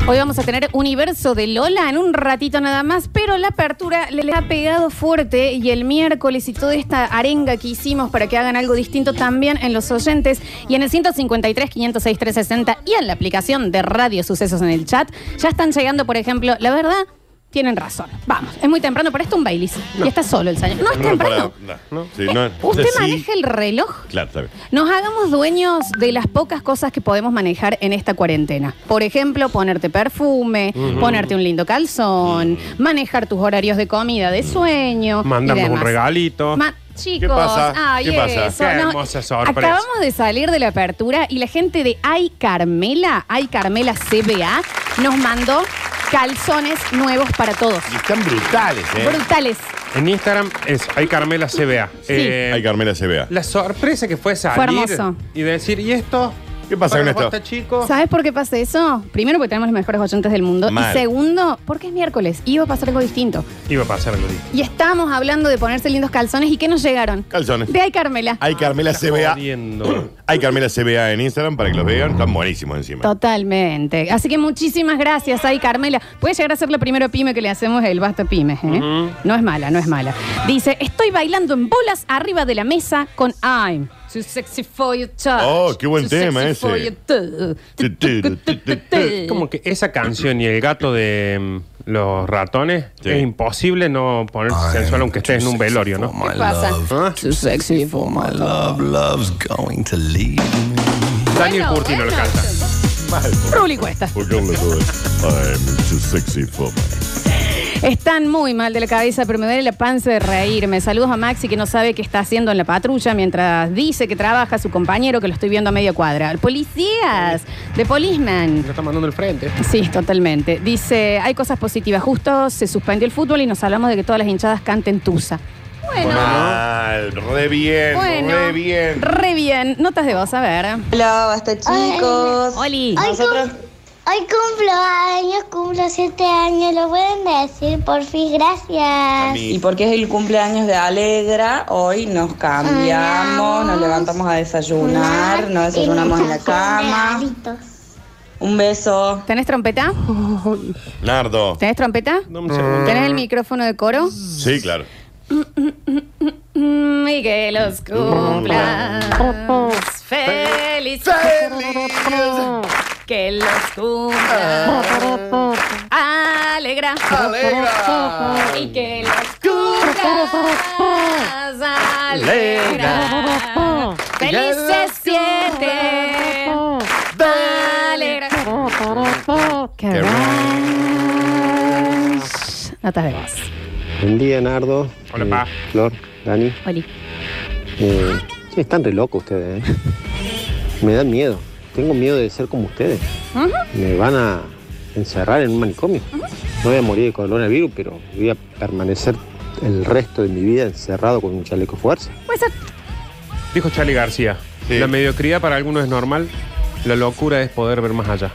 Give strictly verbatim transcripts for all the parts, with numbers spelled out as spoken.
Hoy vamos a tener Universo de Lola en un ratito nada más, pero la apertura le ha pegado fuerte y el miércoles y toda esta arenga que hicimos para que hagan algo distinto también en los oyentes y en el ciento cincuenta y tres, quinientos seis, trescientos sesenta y en la aplicación de Radio Sucesos en el chat, ya están llegando, por ejemplo, la verdad... Tienen razón. Vamos, es muy temprano, pero esto es un Baileys. No. Y está solo el señor. No es no, temprano. Para, no, no. Sí, no, ¿Usted sí. maneja el reloj? Claro, está bien. Nos hagamos dueños de las pocas cosas que podemos manejar en esta cuarentena. Por ejemplo, ponerte perfume, uh-huh. ponerte un lindo calzón, uh-huh. manejar tus horarios de comida, de sueño. Mandarnos un regalito. Ma- Chicos, ¿qué pasa? Ay, ¿Qué pasa? Eso, Qué no, hermosa sorpresa. Acabamos de salir de la apertura y la gente de Ay Carmela, Ay Carmela C B A, nos mandó calzones nuevos para todos. Y están brutales, ¿eh? Brutales. En Instagram es Ay Carmela C B A. Sí. Eh, Ay Carmela C B A. La sorpresa que fue salir Fue hermoso. y decir, ¿y esto? ¿Qué pasa con esto? Chico? ¿Sabes por qué pasa eso? Primero, porque tenemos los mejores oyentes del mundo. Mal. Y segundo, porque es miércoles. Iba a pasar algo distinto. Iba a pasar algo distinto. Y estábamos hablando de ponerse lindos calzones. ¿Y qué nos llegaron? Calzones. De Ay Carmela. Ay Carmela C B A. Jodiendo. Ay Carmela C B A en Instagram para que los vean. Están buenísimos encima. Totalmente. Así que muchísimas gracias, Ay Carmela. Puede llegar a ser la primera pyme que le hacemos el Basta Pymes, ¿eh? Uh-huh. No es mala, no es mala. Dice, estoy bailando en bolas arriba de la mesa con I'm too sexy for your touch. Oh, qué buen too tema sexy ese. for your touch. Tu, tu, tu, tu, tu, tu. Como que esa canción y el gato de mm, los ratones, Sí. es imposible no ponerse sensual aunque estés en un velorio, ¿no? ¿Qué pasa? ¿Ah? Too sexy for my love. Love's going to leave me. Daniel Bueno, Curtino bueno. lo canta. Mal. Ruli Cuesta. Porque hablo todo. I'm too sexy for my... Están muy mal de la cabeza, pero me duele la panza de reírme. Saludos a Maxi, que no sabe qué está haciendo en la patrulla mientras dice que trabaja su compañero, que lo estoy viendo a media cuadra. Policías, de Policeman. Lo está mandando al frente. Sí, totalmente. Dice, hay cosas positivas. Justo se suspendió el fútbol y nos hablamos de que todas las hinchadas canten Tusa. Bueno, Mal, re bien, bueno, re bien. re bien. Notas de voz, a ver. Hola, basta chicos. Oli. Hoy, Nosotros... cum- hoy cumplo años, cumplo siete años, lo pueden decir, por fin, gracias. Y porque es el cumpleaños de Alegra, hoy nos cambiamos, nos levantamos a desayunar, nos desayunamos en la cama. Un beso. ¿Tenés trompeta? Nardo. ¿Tenés trompeta? Dame un segundo. ¿Tenés el micrófono de coro? Sí, claro. Mm, y que los cumplas feliz. Que los cumplas alegra. Alegra. Y que los cumplas alegra. Felices siete. Alegra. Qué Notas de voz. Buen día, Nardo. Hola, Eh, pa. Flor, Dani. Oli. Eh, sí, están re locos ustedes, ¿eh? Me dan miedo. Tengo miedo de ser como ustedes. Uh-huh. Me van a encerrar en un manicomio. Uh-huh. No voy a morir de coronavirus, pero voy a permanecer el resto de mi vida encerrado con un chaleco fuerza. Puede ser. Dijo Charlie García, Sí. la mediocridad para algunos es normal, la locura es poder ver más allá.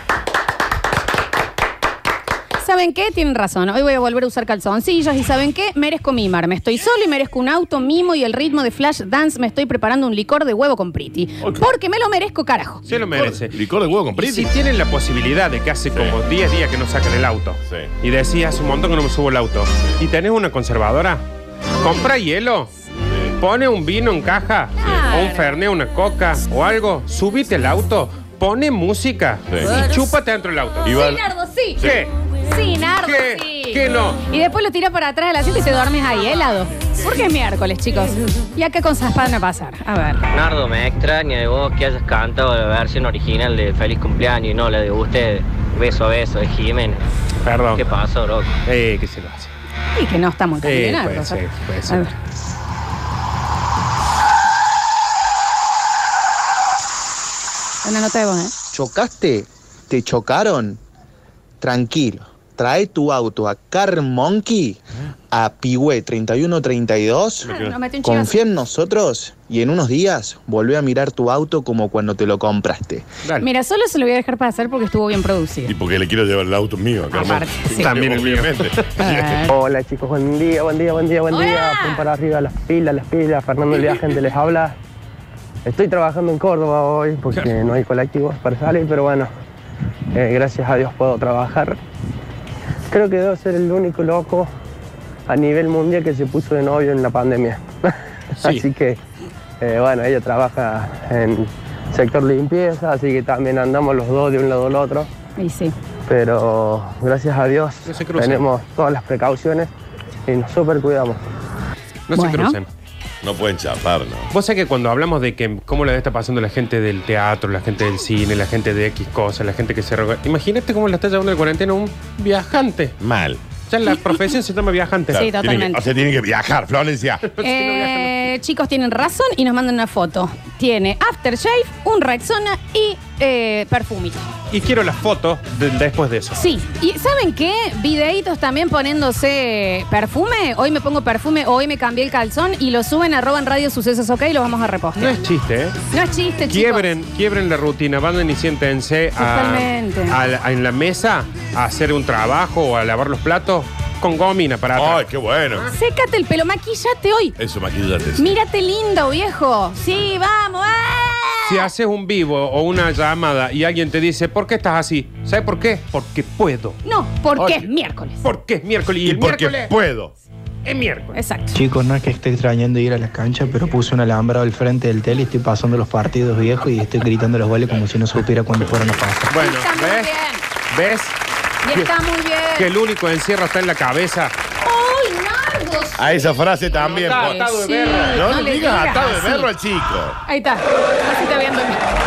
¿Saben qué? Tienen razón. Hoy voy a volver a usar calzoncillos y ¿saben qué? Merezco mimarme. Estoy solo y merezco un auto, mimo y el ritmo de flash dance. Me estoy preparando un licor de huevo con Pretty. Ok. Porque me lo merezco, carajo. Se lo merece. Licor de huevo con Y Pretty. si tienen la posibilidad de que hace Sí. como diez días que no sacan el auto Sí. y decías hace un montón que no me subo el auto y tenés una conservadora, compra hielo, pone un vino en caja Claro. o un fernet, una coca o algo, subite al auto, pone música Sí. y chúpate dentro del auto. Y va- Sí, Nardo, sí. ¿Qué? Sí, Nardo, ¿Qué? sí. ¿Qué no? Y después lo tira para atrás de la asiento y te duermes ahí, helado. Porque es miércoles, chicos. Y acá con Zas van a pasar. A ver. Nardo, me extraña de vos que hayas cantado la versión original de Feliz Cumpleaños y no la de usted, Beso a Beso, de Jiménez. Perdón. ¿Qué pasó, bro? Eh, ¿qué se lo hace? Y que no está muy Eh, bien, puede Nardo. ser, puede A ser. ver. Una nota de voz, ¿eh? ¿Chocaste? ¿Te chocaron? Tranquilo. Trae tu auto a Car Monkey, a Pigüé treinta y uno treinta y dos. Ah, no, mete un chivazo. Confía en nosotros y en unos días volvé a mirar tu auto como cuando te lo compraste. Dale. Mira, solo se lo voy a dejar pasar porque estuvo bien producido. Y porque le quiero llevar el auto mío, Carmen. Aparte, sí. También el mío. Obviamente. Ah, Hola, chicos. Buen día, buen día, buen día, buen Hola. día. Pum para arriba las pilas, las pilas. Fernando Elías, gente les habla. Estoy trabajando en Córdoba hoy porque no hay colectivos para salir, pero bueno. Eh, gracias a Dios puedo trabajar. Creo que debo ser el único loco a nivel mundial que se puso de novio en la pandemia. Sí. Así que, eh, bueno, ella trabaja en sector limpieza, así que también andamos los dos de un lado al otro. Y sí. Pero gracias a Dios No se crucen. tenemos todas las precauciones y nos súper cuidamos. No Bueno. se crucen. No pueden chapar, ¿no? Vos sabés que cuando hablamos de que cómo le está pasando la gente del teatro, la gente del cine, la gente de X cosas, la gente que se roga. Imagínate cómo la está llevando el cuarentena un viajante. Mal. Ya la profesión se llama viajante. Sí, Tienen que- totalmente. o sea, tienen que viajar, Florencia. Eh, chicos, tienen razón y nos mandan una foto. Tiene aftershave, un Rexona y eh, perfumito. Y quiero las fotos de- después de eso. Sí, y ¿saben qué? Videitos también poniéndose perfume. Hoy me pongo perfume, hoy me cambié el calzón y lo suben a arroba en Radio Sucesos, ok, y lo vamos a No repostear. es chiste, ¿eh? No es chiste, chicos. Quiebren, quiebren la rutina, vayan y siéntense a, Totalmente. a la- a- en la mesa a hacer un trabajo o a lavar los platos con gomina para atrás. Ay, qué bueno. Sécate el pelo, maquillate hoy. Eso, maquillate. Mírate lindo, viejo. Sí, vamos. ¡Ah! Si haces un vivo o una llamada y alguien te dice, ¿por qué estás así? ¿Sabes por qué? Porque puedo. No, porque Oye. es miércoles. Porque es miércoles y, Y el porque miércoles puedo. es miércoles. Exacto. Chicos, no es que esté extrañando ir a la cancha, pero puse un alambrado al frente del tele y estoy pasando los partidos viejos y estoy gritando los goles como si no supiera cuándo fueron a pasar. Bueno, Está muy ¿ves? bien. ¿Ves? Y está muy bien. Que el único encierro está en la cabeza. ¡Uy, Nardo! A esa frase también. Está pon- atado de Sí, berra. No, no le le digas digas atado de así. berro al chico. Ahí está. Así está viendo.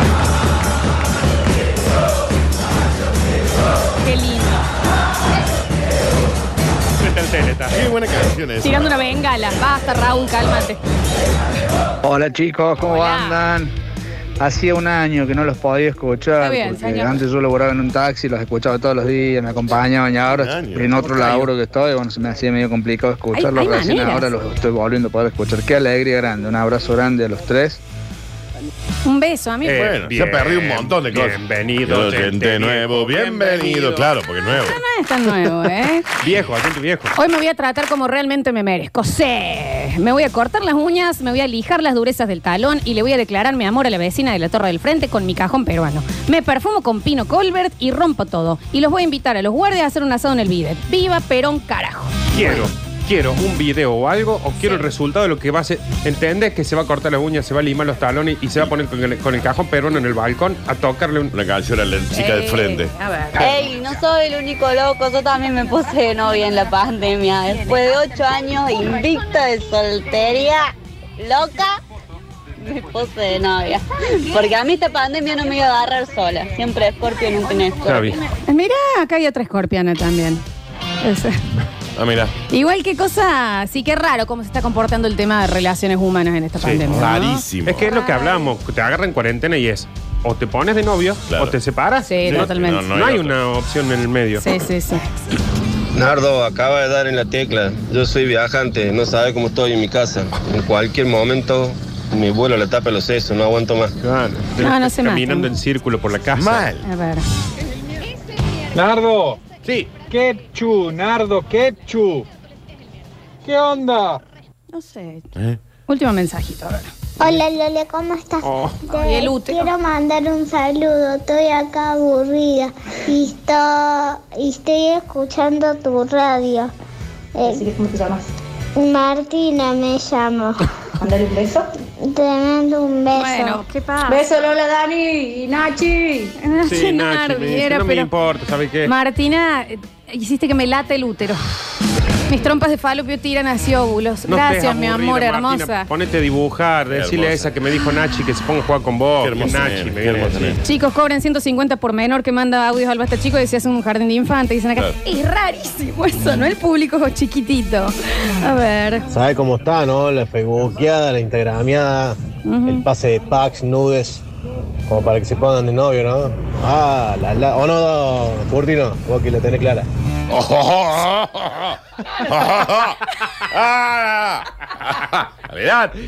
Qué lindo. Frente al tele está. Qué buena canción esa. Tirando una bengala. Basta, Raúl, cálmate. Hola chicos, ¿cómo Hola. andan? Hacía un año que no los podía escuchar, Está bien, porque señor. antes yo laboraba en un taxi, los escuchaba todos los días, me acompañaban y ahora Un año. en otro ¿Cómo está laburo que estoy, bueno, se me hacía medio complicado escucharlos, Hay- hay recién maneras. ahora los estoy volviendo a poder escuchar. Qué alegría grande, un abrazo grande a los tres. Un beso, amigo. Eh, Bueno, se ha perdido un montón de cosas. Bienvenido, gente gente nuevo. viejo, Bienvenido. bienvenido. Claro, porque es nuevo. No es tan nuevo, ¿eh? Viejo, gente viejo. Hoy me voy a tratar como realmente me merezco. Sí. Me voy a cortar las uñas, me voy a lijar las durezas del talón y le voy a declarar mi amor a la vecina de la Torre del Frente con mi cajón peruano. Me perfumo con Pino Colbert y rompo todo. Y los voy a invitar a los guardias a hacer un asado en el bidet. ¡Viva Perón, carajo! Quiero, quiero un video o algo, o quiero el resultado de lo que va a hacer. ¿Entendés que se va a cortar las uñas, se va a limar los talones y se va a poner con el, con el cajón peruano en el balcón a tocarle un... Una canción a la chica del frente. A ver. Ey, no soy el único loco, yo también me puse de novia en la pandemia. Después de ocho años invicta de soltería, loca, me puse de novia. Porque a mí esta pandemia no me iba a agarrar sola. Siempre Scorpio, nunca en Javi. Scorpio. Mirá, acá hay otra escorpiana también. Ese. Ah, mira. Igual que cosa, sí que raro cómo se está comportando el tema de relaciones humanas en esta Sí, pandemia. ¿no? Rarísimo. Es que es lo que hablábamos, te agarran en cuarentena y es o te pones de novio Claro. o te separas. Sí, totalmente. No, hay una opción en el medio. Sí, sí, sí. Nardo, acaba de dar en la tecla. Yo soy viajante, no sabe cómo estoy en mi casa. En cualquier momento mi vuelo le tapa los sesos, no aguanto más. Claro. No, no se Caminando maten. en círculo por la casa. Mal. A ver. Nardo, Sí. Ketchu, Nardo, Ketchu. ¿Qué onda? No sé. ¿Eh? Último mensajito, a ver. Hola Lola, ¿cómo estás? Oh. Te Ay, el útero. quiero mandar un saludo, estoy acá aburrida y, esto- y estoy escuchando tu radio. Eh, ¿Cómo te llamas? Martina me llamo. ¿Mandale un beso? Te mando un beso. Bueno, ¿qué pasa? Beso Lola, Dani y Nachi. Nachi, Sí, Nachi, Nardi, me dice, era, no me pero- importa, ¿sabes qué? Martina, eh, hiciste que me late el útero. Mis trompas de falopio tiran hacia óvulos. No Gracias, estés mi aburrida, amor, Martina. hermosa. Ponete a dibujar, Qué decirle a hermosa. esa que me dijo Nachi que se ponga a jugar con vos. Qué que hermosa Nachi nena, me qué viene a hermosa decir. nena. Chicos, cobran ciento cincuenta por menor que manda audios al Basta Chico y se hace un jardín de infante. Dicen acá, Claro. es rarísimo eso, ¿no? El público es chiquitito. A ver. ¿Sabe cómo está, no? La facebookeada, la instagramiada, el pase de packs, nudes, como para que se pongan de novio, ¿no? Ah, la la. O no, no, Curtino, vos que la tenés clara. ¿Verdad?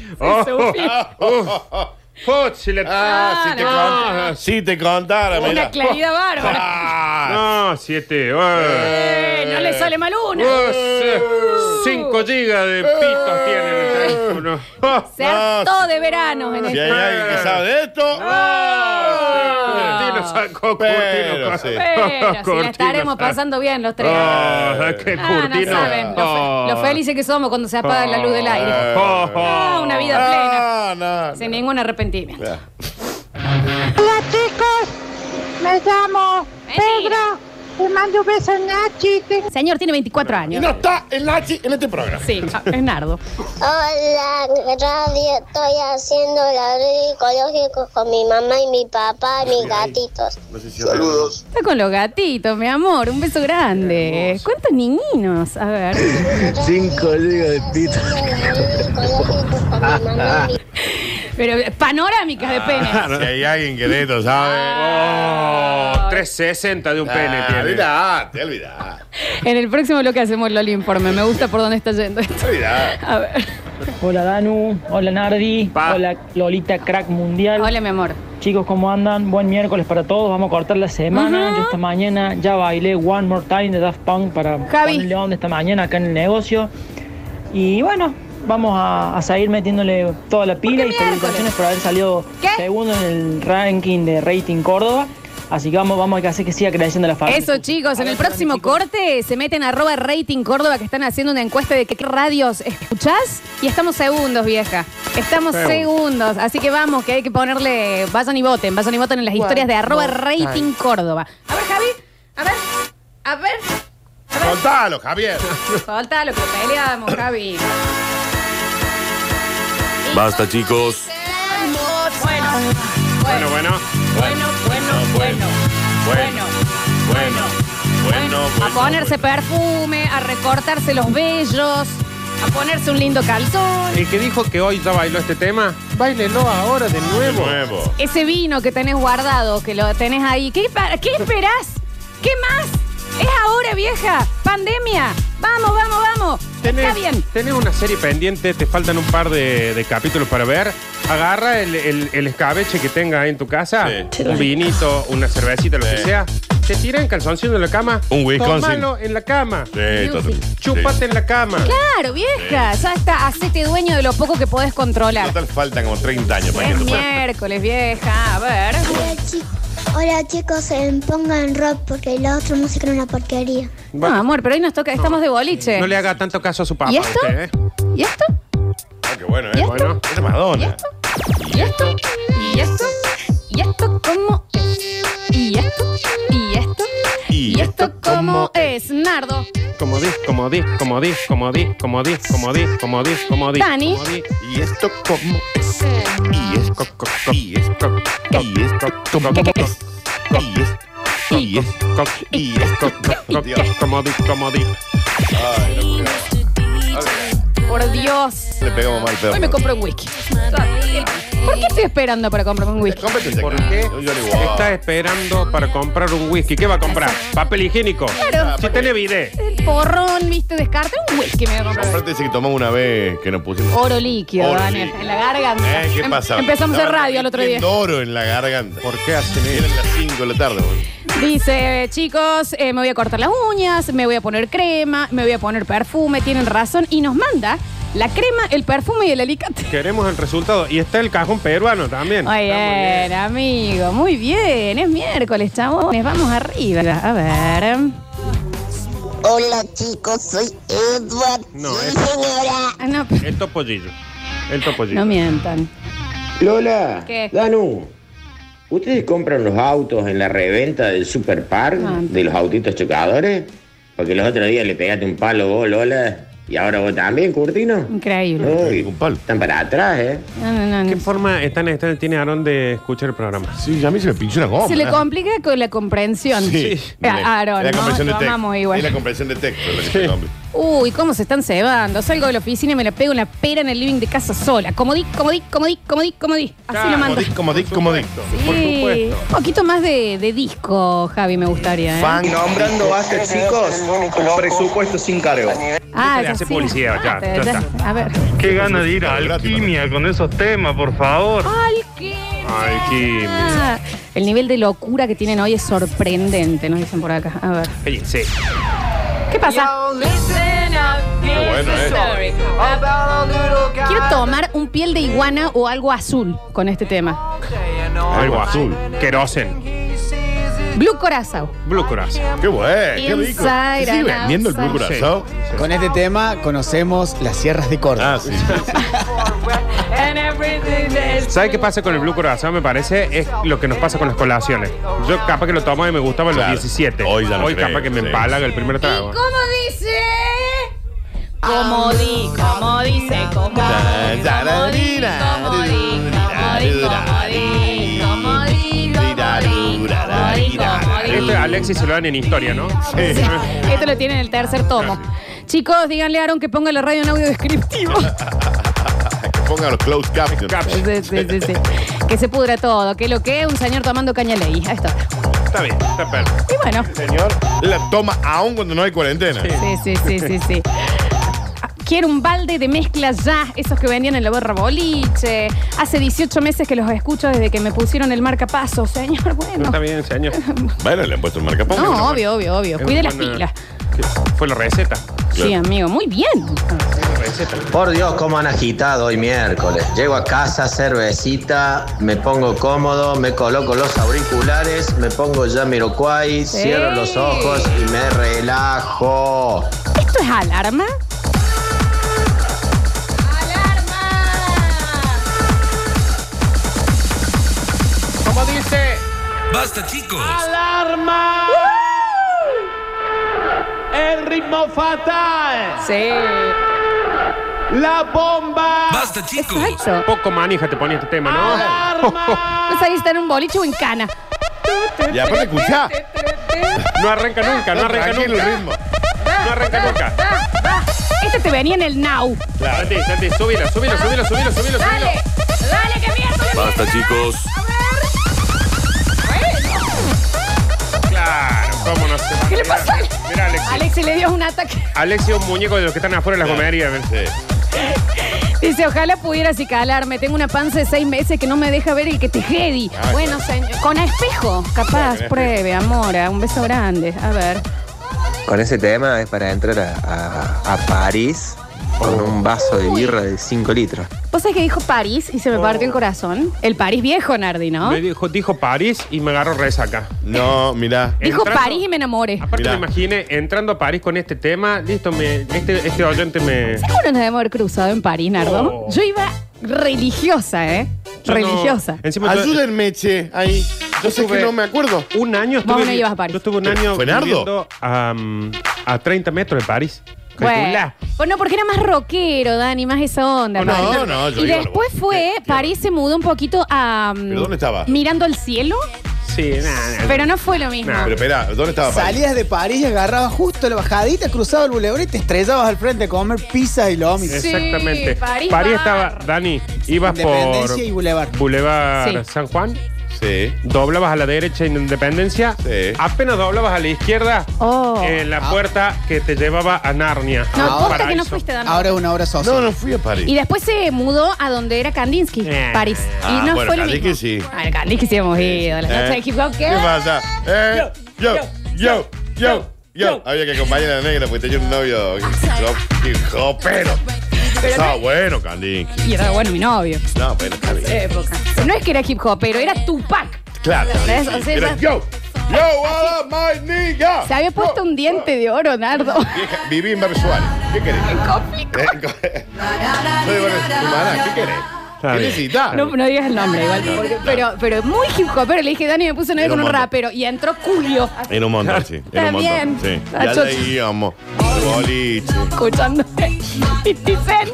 Oh, si le- Ah, si te no. contara. Si te contara, Una mira. claridad bárbara. Ah, No, siete. eh. Eh, no le sale mal una. Oh, sí. Cinco gigas de pitos tiene en el teléfono. Se hartó de verano en si este. hay alguien que sabe de esto. Curtino lo sacó Pero, Curtino. sí. Pero si la estaremos pasando bien los tres. Oh, qué Ah, no Curtino. saben lo, Oh. fe- lo felices que somos cuando se apaga la luz del aire. Oh. Ah, una vida plena. No, no. Sin ningún arrepentimiento. Ya. Hola chicos, me llamo Pedro, te mando un beso en Nachi. Señor, tiene veinticuatro Y años. no está el Nachi en este programa. Sí, es Nardo. Hola, radio. Estoy haciendo el abrigo ecológico con mi mamá y mi papá y mis gatitos. No sé si Saludos. Está con los gatitos, mi amor. Un beso grande. ¿Cuántos niñinos? A ver. Cinco ligas de pito. Pero panorámicas de pene. Si hay alguien que de esto sabe. Oh, trescientos sesenta de un pene Ah, tiene. olvidate, olvidate. En el próximo bloque hacemos el informe. Me gusta por dónde está yendo esto. Olvidate. A ver. Hola Danu, hola Nardi, Pa. hola Lolita Crack Mundial. Hola, mi amor. Chicos, ¿cómo andan? Buen miércoles para todos, vamos a cortar la semana. Ajá. Yo esta mañana ya bailé One More Time de Daft Punk para Javi. ponerle onda esta mañana acá en el negocio. Y bueno, vamos a, a seguir metiéndole toda la pila y miércoles? felicitaciones por haber salido ¿Qué? segundo en el ranking de Rating Córdoba. Así que vamos, vamos a hacer que siga creciendo la familia. Eso, chicos, en el próximo corte se meten a arroba rating Córdoba, que están haciendo una encuesta de qué radios escuchás y estamos segundos, vieja. Estamos Segundos. segundos, así que vamos, que hay que ponerle, vayan y voten, vayan y voten en las historias de arroba rating Córdoba. A ver, Javi, a ver, a ver, Contalo, Javier. solta lo que peleamos, Javi. Basta, chicos. Bueno, Bueno, bueno. bueno, bueno, bueno, bueno, Bueno, bueno, a bueno. ponerse perfume, a recortarse los vellos, a ponerse un lindo calzón. El que dijo que hoy ya bailó este tema, báilelo ahora de De nuevo. nuevo. Ese vino que tenés guardado, que lo tenés ahí, ¿qué, pa- qué esperás? ¿Qué más? Es ahora, vieja. Pandemia. Vamos, vamos, vamos. Está bien. Tenés una serie pendiente, te faltan un par de, de capítulos para ver. Agarra el, el- el escabeche que tengas ahí en tu casa, Sí. un vinito, una cervecita, lo que Sí. sea. Te tiran calzoncillo en la cama. Un Wisconsin. Tómalo en la cama. Sí, total. Chúpate en la cama. Claro, vieja. Ya está. Hacete dueño de lo poco que podés controlar. Total, faltan como treinta años para que Es se pueda. miércoles, vieja. A ver. Hola, chicos. Hola chicos, eh, pongan rock porque la otra música era una porquería. No, amor, pero hoy nos toca, estamos de boliche. No le haga tanto caso a su papá. ¿Y esto? usted, ¿eh? ¿Y esto? Ah, qué bueno, ¿Y ¿eh? esto? Bueno, es Madonna. ¿Y esto? ¿Y esto? ¿Y esto cómo es? ¿Y esto? ¿Y esto? ¿Y esto cómo es? Nardo. Como di, como di, como di, como di, como di, como di, como di, como di. Dani. como di. Y esto como es. Y esto, y esto, y esto como ¿Qué, qué, qué? es. Y esto, y esto, y esto. Dios. Como di, como di. Ay, no creo. Por Dios. Le pegamos mal pedo. Hoy me compro un whisky. ¿Por qué estoy esperando para comprarme un whisky? Cómprate ese ¿Por acá. qué Un Johnny Walker. está esperando para comprar un whisky? ¿Qué va a comprar? ¿Papel higiénico? Claro. Si tiene bidet. El porrón, viste, descarta un whisky me voy a comprar. Comprate ese que tomamos una vez que nos pusimos. Oro líquido, Oro Daniel, líquido. en la garganta. Eh, ¿Qué Em- pasa? Empezamos a hacer Estaba radio el otro día. metiendo oro en la garganta. ¿Por qué hacen eso? Eran las cinco de la tarde, boludo. Dice, chicos, eh, me voy a cortar las uñas, me voy a poner crema, me voy a poner perfume, tienen razón. Y nos manda la crema, el perfume y el alicate. Queremos el resultado. Y está el cajón peruano también. Muy Está muy bien, amigo, muy bien. Es miércoles, chabones. Vamos arriba. A ver. Hola chicos, soy Edward. No, Sí, es- señora. Ah, no, El topollillo. El topollillo. no mientan. Lola, ¿Qué? Danu, ¿ustedes compran los autos en la reventa del Super Park, Ah. de los autitos chocadores? Porque los otros días le pegaste un palo vos, Lola, y ahora vos también, Curtino. Increíble. Uy, Un palo. están para atrás, ¿eh? No, no, no, ¿Qué no. forma están, están, tiene Aarón de escuchar el programa? Sí, a mí se me pinchó una goma. Se le complica con la comprensión. Sí. Eh, Aaron, Es la ¿no? comprensión Lo de texto. amamos igual. Es la comprensión de texto la que se complica. Uy, cómo se están cebando. Salgo de la oficina y me la pego en la pera en el living de casa sola. Como di, como di, como di, como di, como di. Así lo mando. Como dic, como dic. Por Sí. supuesto. Un poquito más de, de disco, Javi, me gustaría. ¿eh? Fan nombrando basta, chicos. Presupuesto sin cargo. Ah, Le ya hace sí. publicidad, ya, Ah, ya ya- está. A ver. Qué gana de ir a Alquimia con esos temas, por favor. Alquimia. Ay, Kim. Ah, el nivel de locura que tienen hoy es sorprendente, nos dicen por acá. A ver. Cállense. ¿Qué pasa? Qué bueno, ¿eh? Quiero tomar un piel de iguana o algo azul con este tema. Algo azul. Querosen. Blue Curazao. Blue Curazao. Qué bueno, qué rico. Inside ¿Se sigue and vendiendo el Blue outside. Curazao? Con este tema conocemos las sierras de Córdoba. Ah, sí, sí, sí. ¿Sabes qué pasa con el Blue Curazao? Me parece es lo que nos pasa con las colaciones. Yo capaz que lo tomaba y me gustaba a los Claro. diecisiete. Hoy ya no creo, capaz que me sí. empalaga el primer trago. ¿Cómo dice? Como di, como dice, como di, como di, como di, como di, como di, como di, como di, como di, como di. Esto a Alexis se lo dan en historia, ¿no? Sí. Esto lo tiene en el tercer tomo. Chicos, díganle a Aaron que ponga la radio en audio descriptivo. Que ponga los closed captions. Sí, sí, sí, sí. Que se pudra todo. Que lo que es un señor tomando caña ley. Ahí está. Está bien, está perfecto. Y bueno. Señor, la toma aún cuando no hay cuarentena. Sí, sí, sí, sí, sí. Quiero un balde de mezclas ya, esos que vendían en la barra boliche. Hace dieciocho meses que los escucho desde que me pusieron el marcapaso, señor. No Bueno. está bien, señor. Bueno, le han puesto el marcapaso. No, obvio, obvio, obvio. Es Cuide las buena- pilas. ¿Qué? Fue la receta. Sí, amigo, muy bien. Receta. Por Dios, cómo han agitado hoy miércoles. Llego a casa, cervecita, me pongo cómodo, me coloco los auriculares, me pongo Jamiroquai, Sí. cierro los ojos y me relajo. ¿Esto es alarma? ¿Cómo dice? Basta, chicos. ¡Alarma! El ritmo fatal. Sí. La bomba. Basta, chicos. Exacto. Poco manija te ponía este tema, ¿no? No sabes si está en un boliche o en cana. Y aparte, escuchá. No arranca nunca, no arranca Tranquilo nunca. el ritmo. No arranca nunca. Este te venía en el now. Santi, Santi, subilo, subilo, subilo, subilo, subilo, subilo. Dale, dale, que miércoles. Basta, chicos. Claro, cómo no se va. ¿Qué le pasa? Mira, Alexis. Alexis le dio un ataque. Alexis es un muñeco de los que están afuera de las gomerías. Dice, ojalá pudieras acicalarme. Tengo una panza de seis meses que no me deja ver el que te jedi. Ah, Bueno, señor. Con espejo, capaz, Claro, con pruebe, amora. Un beso grande. A ver. Con ese tema es para entrar a, a- a París con un vaso de birra de cinco litros. ¿Vos sabés que dijo París y se me partió el corazón? El París viejo, Nardi, ¿no? Me dijo, dijo París y me agarró resaca. No, mirá. Dijo Entrando- París y me enamoré. Aparte Mirá. me imaginé entrando a París con este tema, listo, me, este, este oyente me... Seguro nos debemos haber cruzado en París, Nardo. Oh. Yo iba religiosa, ¿eh? Yo no- religiosa. Encima yo- Ayúdenme, che, ahí. Yo sé estuve que no me acuerdo. Un año Vos estuve... no ibas a París. Yo estuve un año ¿Fue Nardo? viviendo a, um, a treinta metros de París. Bueno, Calculá. pues no, porque era más rockero, Dani, más esa onda. No, París. no, no, yo Y iba a lo- después fue, París se mudó un poquito a... mm, ¿Pero dónde estaba? Mirando al cielo, Sí, nada. pero no fue lo mismo. Nah. Pero espera, ¿dónde estaba París? Salías de París y agarrabas justo la bajadita, cruzabas el bulevar y te estrellabas al frente a comer pizza y lomito. Sí, Exactamente. París París, Bar. estaba, Dani, ibas por Independencia y Boulevard. Boulevard Sí. San Juan, Sí. doblabas a la derecha en Independencia, Sí. apenas doblabas a la izquierda Oh. en la puerta que te llevaba a Narnia. No, al posta que no paraíso. fuiste, Dani. Ahora es una hora social. No, no fui a París. Y después se mudó a donde era Kandinsky, Eh. París. Ah, y no bueno, fue lo Kandinsky mismo. sí. A ver, Kandinsky sí hemos ido. La noche Eh, de hip hop, ¿qué? ¿Qué pasa? Eh, yo, yo, yo, yo. Había que acompañar a la negra porque tenía un novio hip hopero. Pero Estaba no- bueno, Kandinsky. Y era bueno mi novio. No, pero está bien. Época. Pero no es que era hip hop, pero era Tupac. Claro. ¿Ves? O sea, Era ya- yo, yo, what up, my nigga. Se había puesto un diente de oro, Nardo. Vieja, viví en Barrio Suárez. ¿Qué querés? Eh, No digo, humana, ¿qué querés? ¿Qué bien. necesitas? No, no digas el nombre igual. porque- pero, pero muy hip hopero. Le dije, Dani, me puse una vez Era con un un montón. rapero. Y entró Julio. Era un montón, sí. Era un Está montón. bien. Sí. Está Ya chocho. le íbamos. El boliche. Escuchando fifty Cent.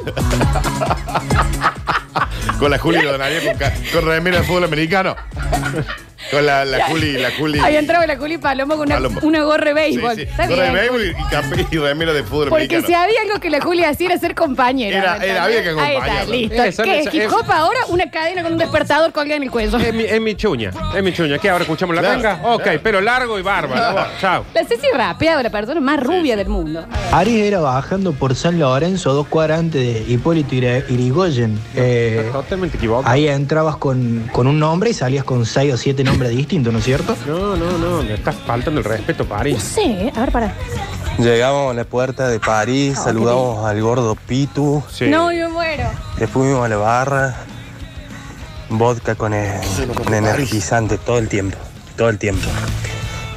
Con la Juli Donaría con, ca- con remera de fútbol americano. Con la, la Juli, la Juli. Había entrado la Juli Palomo con una, Palomo. una gorra de Sí, béisbol. sí. Está Gorra de bien. béisbol y, y café y remera de fútbol Porque americano. si había algo que la Juli hacía era ser compañera. Era- ¿me era- entendés? había que Ahí está, acompañarla. listo. Esa- ¿Qué? esa- ¿Hip esa- hop ahora? Una cadena con un despertador colgada en el cuello. Es mi, es mi chuña, es mi chuña. ¿Qué? ¿Ahora escuchamos la Claro, tanga? Ok, claro. pelo largo y barba. Chao. La Ceci rapeaba, la persona más rubia del mundo. Aries era bajando por San Lorenzo, dos cuadras antes de Hipólito Ira- Irigoyen. Eh, Totalmente equivocado. ahí entrabas con, con un nombre y salías con seis o siete nombres distintos, ¿no es cierto? No, no, no, me estás faltando el respeto, No París. sé, a ver, para. Llegamos a la puerta de París, saludamos al gordo Pitu, Sí. No, yo muero. después fuimos a la barra, vodka con, el- con energizante todo el tiempo, todo el tiempo.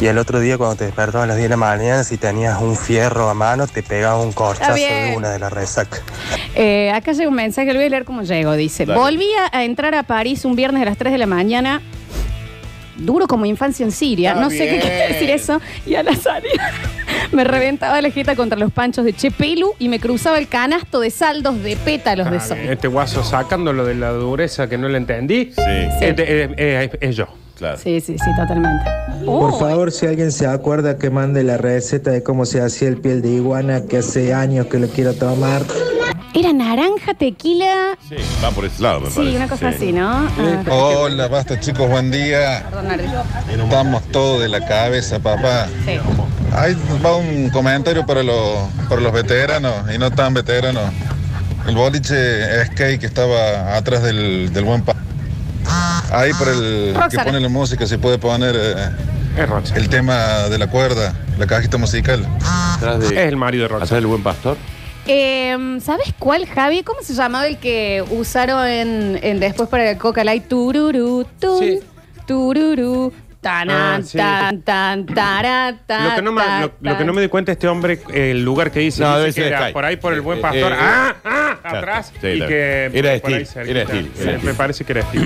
Y el otro día cuando te despertabas a las diez de la mañana, si tenías un fierro a mano, te pegaba un corchazo de una de la resaca. Eh, acá llega un mensaje, lo voy a leer como llegó. Dice, Dale. volví a entrar a París un viernes a las tres de la mañana. Duro como infancia en Siria. Está no sé bien. qué quiere decir eso. Y a la salida me reventaba la jeta contra los panchos de Che Pelu y me cruzaba el canasto de saldos de pétalos de Ah, sol. bien. Este guaso sacándolo de la dureza que no le entendí. Sí. Este, eh, eh, es yo. Claro. Sí, sí, sí, totalmente. Por Oh, favor, si alguien se acuerda, que mande la receta de cómo se hacía el piel de iguana, que hace años que lo quiero tomar. era naranja, tequila. Sí, va por ese lado, me Sí, parece. una cosa así, ¿no? Ah. Hola, basta chicos, buen día. Perdón, Nardi. Estamos todos de la cabeza, papá. Sí. Ahí va un comentario para los, para los veteranos y no tan veteranos. El boliche skate que estaba atrás del, del buen pa. Ahí por el que Roxana. pone la música se puede poner eh, el tema de la cuerda, la cajita musical. Es el marido de Roxana. ¿Atrás del buen pastor? Eh, ¿Sabes cuál, Javi? ¿Cómo se llamaba el que usaron en, en después para el Coca Light? Tururú, tun, tururú, tanan, Ah, sí. tan, tan, tará, ta, Lo que, no me, ta, lo, lo ta. que no me di cuenta este hombre, el lugar que dice, No, dice debe que ser era Sky. por ahí por el buen Eh, pastor. eh, ah, ah, claro. atrás. Sí, y claro. que Era por ahí Steve, cerquita. era Steve, Sí, era me Steve. parece que era Steve.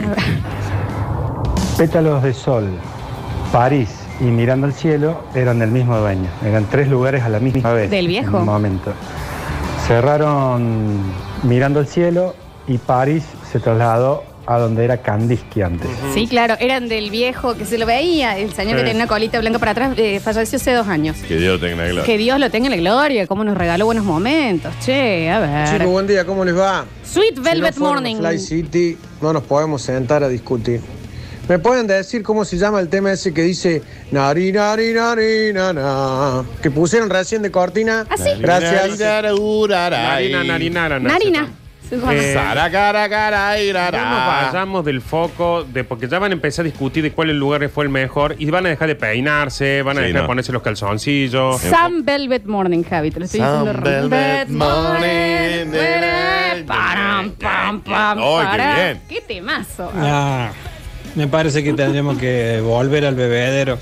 Pétalos de Sol, París y Mirando al Cielo eran del mismo dueño. Eran tres lugares a la misma vez. Del viejo. En un momento. Cerraron Mirando al Cielo y París se trasladó a donde era Kandinsky antes. Sí, claro, eran del viejo que se lo veía, el señor Sí. que tenía una colita blanca para atrás, eh, falleció hace dos años. Que Dios lo tenga en la gloria. Que Dios lo tenga en la gloria, cómo nos regaló buenos momentos. Che, a ver. Chicos, buen día, ¿cómo les va? Sweet Velvet Si no fueron Morning. a Fly City, no nos podemos sentar a discutir. ¿Me pueden decir cómo se llama el tema ese que dice nari, nari, nari, na, na? Que pusieron recién de cortina? ¿Ah, sí? Gracias. Narina, narinara, Narina. Eh, Sara, cara, cara, y ra, No ra. nos vayamos del foco, de porque ya van a empezar a discutir de cuál lugar fue el mejor y van a dejar de peinarse, van a Sí, dejar de no. ponerse los calzoncillos. Sam Velvet Morning, Javi, te lo estoy diciendo. Some velvet morning. Param, pam, pam, Oh, qué para. bien. Qué temazo. Ah, me parece que tendremos que volver al bebedero.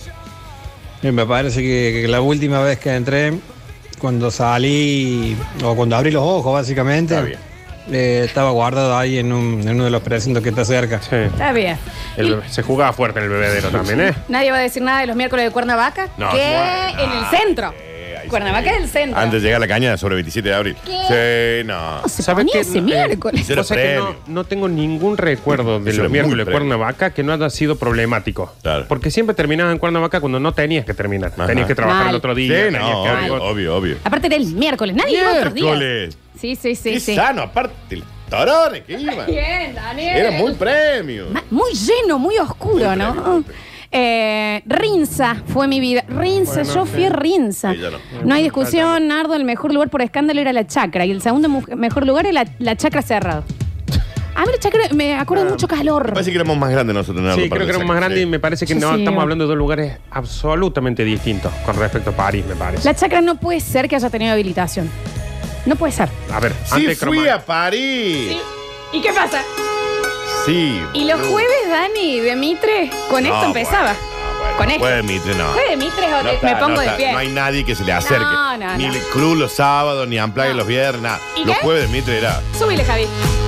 Y me parece que, que la última vez que entré, cuando salí, o cuando abrí los ojos básicamente, Está bien. eh, estaba guardado ahí en, un- en uno de los precintos que está cerca. Está bien. El bebé- se jugaba fuerte en el bebedero también, ¿eh? Nadie va a decir nada de los miércoles de Cuernavaca. No, que bueno, en el centro. Cuernavaca es el centro. Antes de llegar a la caña sobre veintisiete de abril. ¿Qué? Sí, no. ¿Cómo se ¿Sabes ponía qué? ese No, miércoles? Ese era O sea que no, premio. no tengo ningún recuerdo de Ese los era muy miércoles de premio. Cuernavaca que no haya sido problemático. Claro. Porque siempre terminabas en Cuernavaca cuando no tenías que terminar. Ajá. Tenías que trabajar Mal. el otro día. Sí, tenías no, que obvio, algo- obvio, obvio. Aparte era el miércoles. Nadie iba otros días. Miércoles. Sí, sí, sí, Qué sí. sano, aparte el torones que iban. Bien, Daniel. Era muy premio. Ma- Muy lleno, muy oscuro, ¿no? Eh, Rinza fue mi vida. Rinza, Bueno, yo sí. fui a Rinza. Sí, yo no. No hay discusión, Nardo, el mejor lugar por escándalo era la chacra y el segundo mu- mejor lugar era la, la chacra cerrado. A mí la chacra me acuerdo de mucho calor. Parece que éramos más grandes nosotros, Nardo, Sí, para creo que la éramos más saca, grandes sí. y me parece que Sí, no sí. estamos hablando de dos lugares absolutamente distintos con respecto a París, me parece. La chacra no puede ser que haya tenido habilitación. No puede ser. A ver, Sí, antes fui croma- a París. ¿Y qué pasa? Sí. Y los boludo. jueves, Dani, de Mitre, con No, esto empezaba. con esto. Jueves de Mitre, no. Jueves de Mitre, o No te- está, me pongo no de está. pie. No hay nadie que se le acerque. No, no, ni no. el Cruz los sábados, ni Amplague los viernes, nada. ¿Y Los qué? jueves de Mitre era. Súbile, Javi.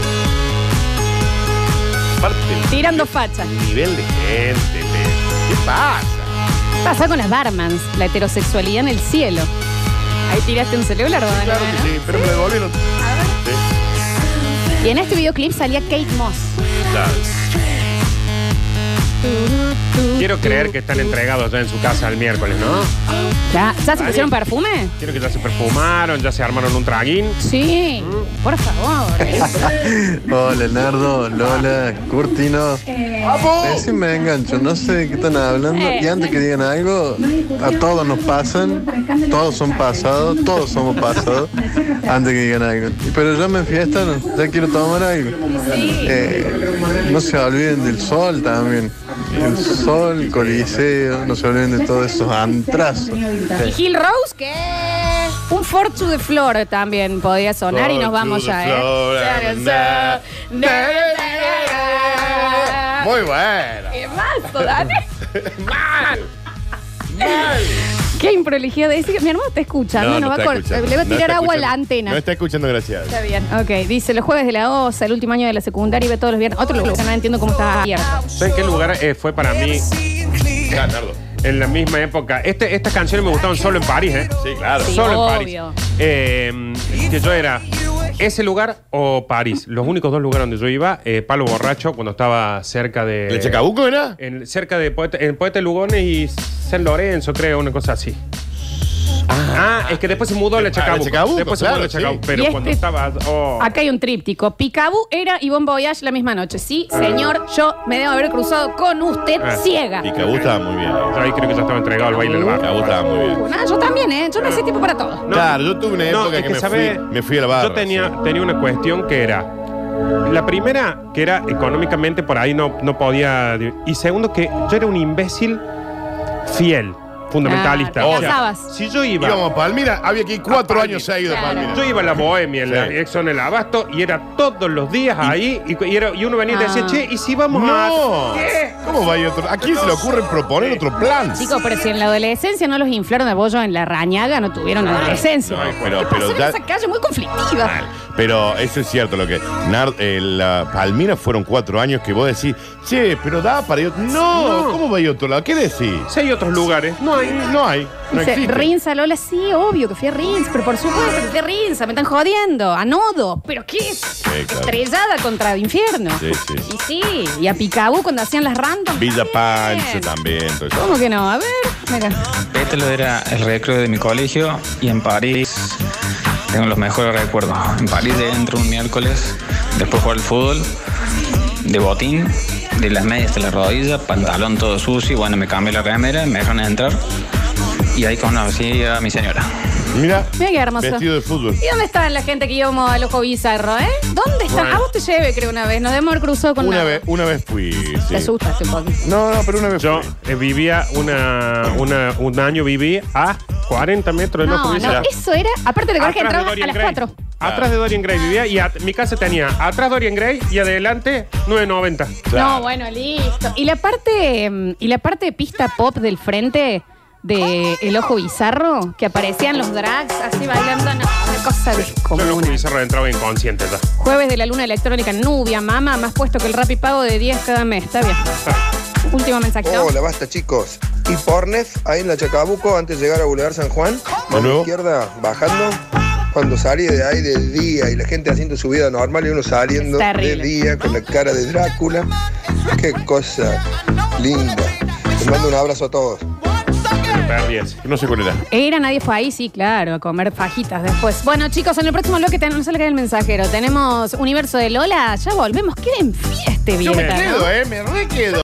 Aparte, Tirando facha. el nivel de gente. le- ¿Qué pasa? Pasa con las barmans, la heterosexualidad en el cielo. Ahí tiraste un celular, Dani, Claro ¿no? que sí, pero me devolvieron. Sí, Y en este videoclip salía Kate Moss. claro. Quiero creer que están entregados ya en su casa el miércoles, ¿no? ¿Ya, ¿ya se Dani. pusieron perfume? Quiero que ya se perfumaron, ya se armaron un traguín. Sí, por favor. Hola, Nardo, Lola, Curtino. Recién me engancho, no sé de qué están hablando. Eh. Y antes que digan algo, a todos nos pasan, todos son pasados, todos somos pasados, antes que digan algo. Pero ya me enfiestan, ya quiero tomar algo. Eh, no se olviden del sol también. El sol, Coliseo, no se olviden de todos esos antrazos. Y Hill Rose, que un Fortu de Flor también podía sonar y nos vamos ya, ¿eh? Muy bueno. ¿Qué más, Dani? Mal. Qué improlijidad de decir. Mi hermano está escuchando. No, no no va está a cor- escuchando. le va a No tirar está agua a la escuchando. antena. No está escuchando, gracias. Está bien, ok. Dice, los jueves de la OSA, el último año de la secundaria, iba todos los viernes. Otro lugar, no entiendo cómo está abierto. ¿Sabes qué lugar eh, fue para mí? Ya, Nardo. En la misma época. Este, estas canciones me gustaban solo en París, ¿eh? Sí, claro. Sí, solo obvio. en París. Eh, que yo era ese lugar o París. Los únicos dos lugares donde yo iba, eh, Palo Borracho, cuando estaba cerca de. ¿El Chacabuco era? En, cerca de Poeta, en Poeta Lugones y San Lorenzo, creo, una cosa así. Ah, es que después se mudó a la Chacabuco. Ah, la Chacabuco, Después claro, se mudó a la Chacabuco. sí. Pero Y cuando este- estaba. oh. Acá hay un tríptico. Picabú era y Bon Voyage la misma noche. Sí, señor, yo me debo haber cruzado con usted Ah. ciega. Picabú estaba muy bien. Yo ahí creo que ya estaba entregado al baile del bar. Picabú estaba muy bien. Uh, nada, yo también, ¿eh? Yo me sé tiempo para todo. No, Claro, yo tuve una no, época es que, que me, sabe- fui, me fui a la barra. Yo tenía, tenía una cuestión que era. La primera, que era económicamente por ahí no, no podía. Y segundo, que yo era un imbécil fiel, fundamentalista. Ah, te O sea, casabas. si yo iba. Íbamos a Palmira, había que ir cuatro A años Palmira. seguidos a Claro. Palmira. Yo iba a la Bohemia, en la Sí. Exxon, en el Abasto, y era todos los días ahí. Y, y era- y uno venía y decía, Ah. che, ¿y si vamos No, a.? ¿Qué? ¿cómo va a ir otro? ¿A quién se le ocurre proponer otro plan? Chicos, pero si en la adolescencia no los inflaron de bollo en la rañaga, no tuvieron adolescencia. No, pero, ¿Qué pero pasó ya. en esa calle muy conflictiva? Mal. Pero eso es cierto, lo que. Nar- eh, la Palmira fueron cuatro años que vos decís, che, pero da para ir. No, No. ¿cómo va a ir otro lado? ¿Qué decís? Si hay otros lugares. No hay, no hay. No Dice, existe. Rinza, Lola, sí, obvio que fui a Rinza, pero por supuesto que fui a Rinza, me están jodiendo, a Nodo, pero ¿qué es? Sí, claro. Estrellada contra infierno. Sí, sí. Y sí, y a Picabú cuando hacían las random. Villa también. Pancho también. todo eso. ¿Cómo que no? A ver, mira. Pétalo era el recreo de mi colegio y en París tengo los mejores recuerdos. En París entro un miércoles, después jugar al fútbol, de botín, de las medias hasta la rodilla, pantalón todo sucio, bueno, me cambié la remera, me dejaron entrar y ahí conocí a mi señora. Mira, Mira qué hermoso. vestido de fútbol. ¿Y dónde estaban la gente que íbamos al ojo bizarro, eh? ¿Dónde están? Bueno. A vos te llevé, creo, una vez. Nos debemos haber cruzado con Una nada. vez, una vez fui. Te Sí. asustaste un poquito. No, no, pero una vez Yo fui. eh, vivía una, una, un año viví a cuarenta metros de No, Ojo no, Bizarro. eso era. Aparte de que Atrás de entraba a Dorian las Gray. cuatro. Atrás de Dorian Gray vivía y at- mi casa tenía atrás Dorian Gray y adelante nueve noventa. No, bueno, listo. Y la parte, mm, y la parte de pista pop del frente de El Ojo Bizarro, que aparecían los drags así bailando, no, una cosa Yo en Ojo descomunal. Bizarro entraba inconsciente ya. Jueves de la luna electrónica, Nubia, mamá, más puesto que el rap y pago de diez cada mes. Está bien. Último mensajito. Hola, basta chicos. Y Pornef, ahí en la Chacabuco, antes de llegar a Boulevard San Juan, a la nuevo? izquierda, bajando, cuando salí de ahí de día y la gente haciendo su vida normal y uno saliendo Es de terrible. día con la cara de Drácula. Qué cosa linda. Les mando un abrazo a todos. Me perdí ese. No sé cuál era. Era, nadie fue ahí, sí, claro, a comer fajitas después. Bueno, chicos, en el próximo bloque tenemos, no se le cae el mensajero. Tenemos Universo de Lola, ya volvemos. Queden fieste, Yo me Vieta, ¿no? quedo, ¿eh? Me re quedo.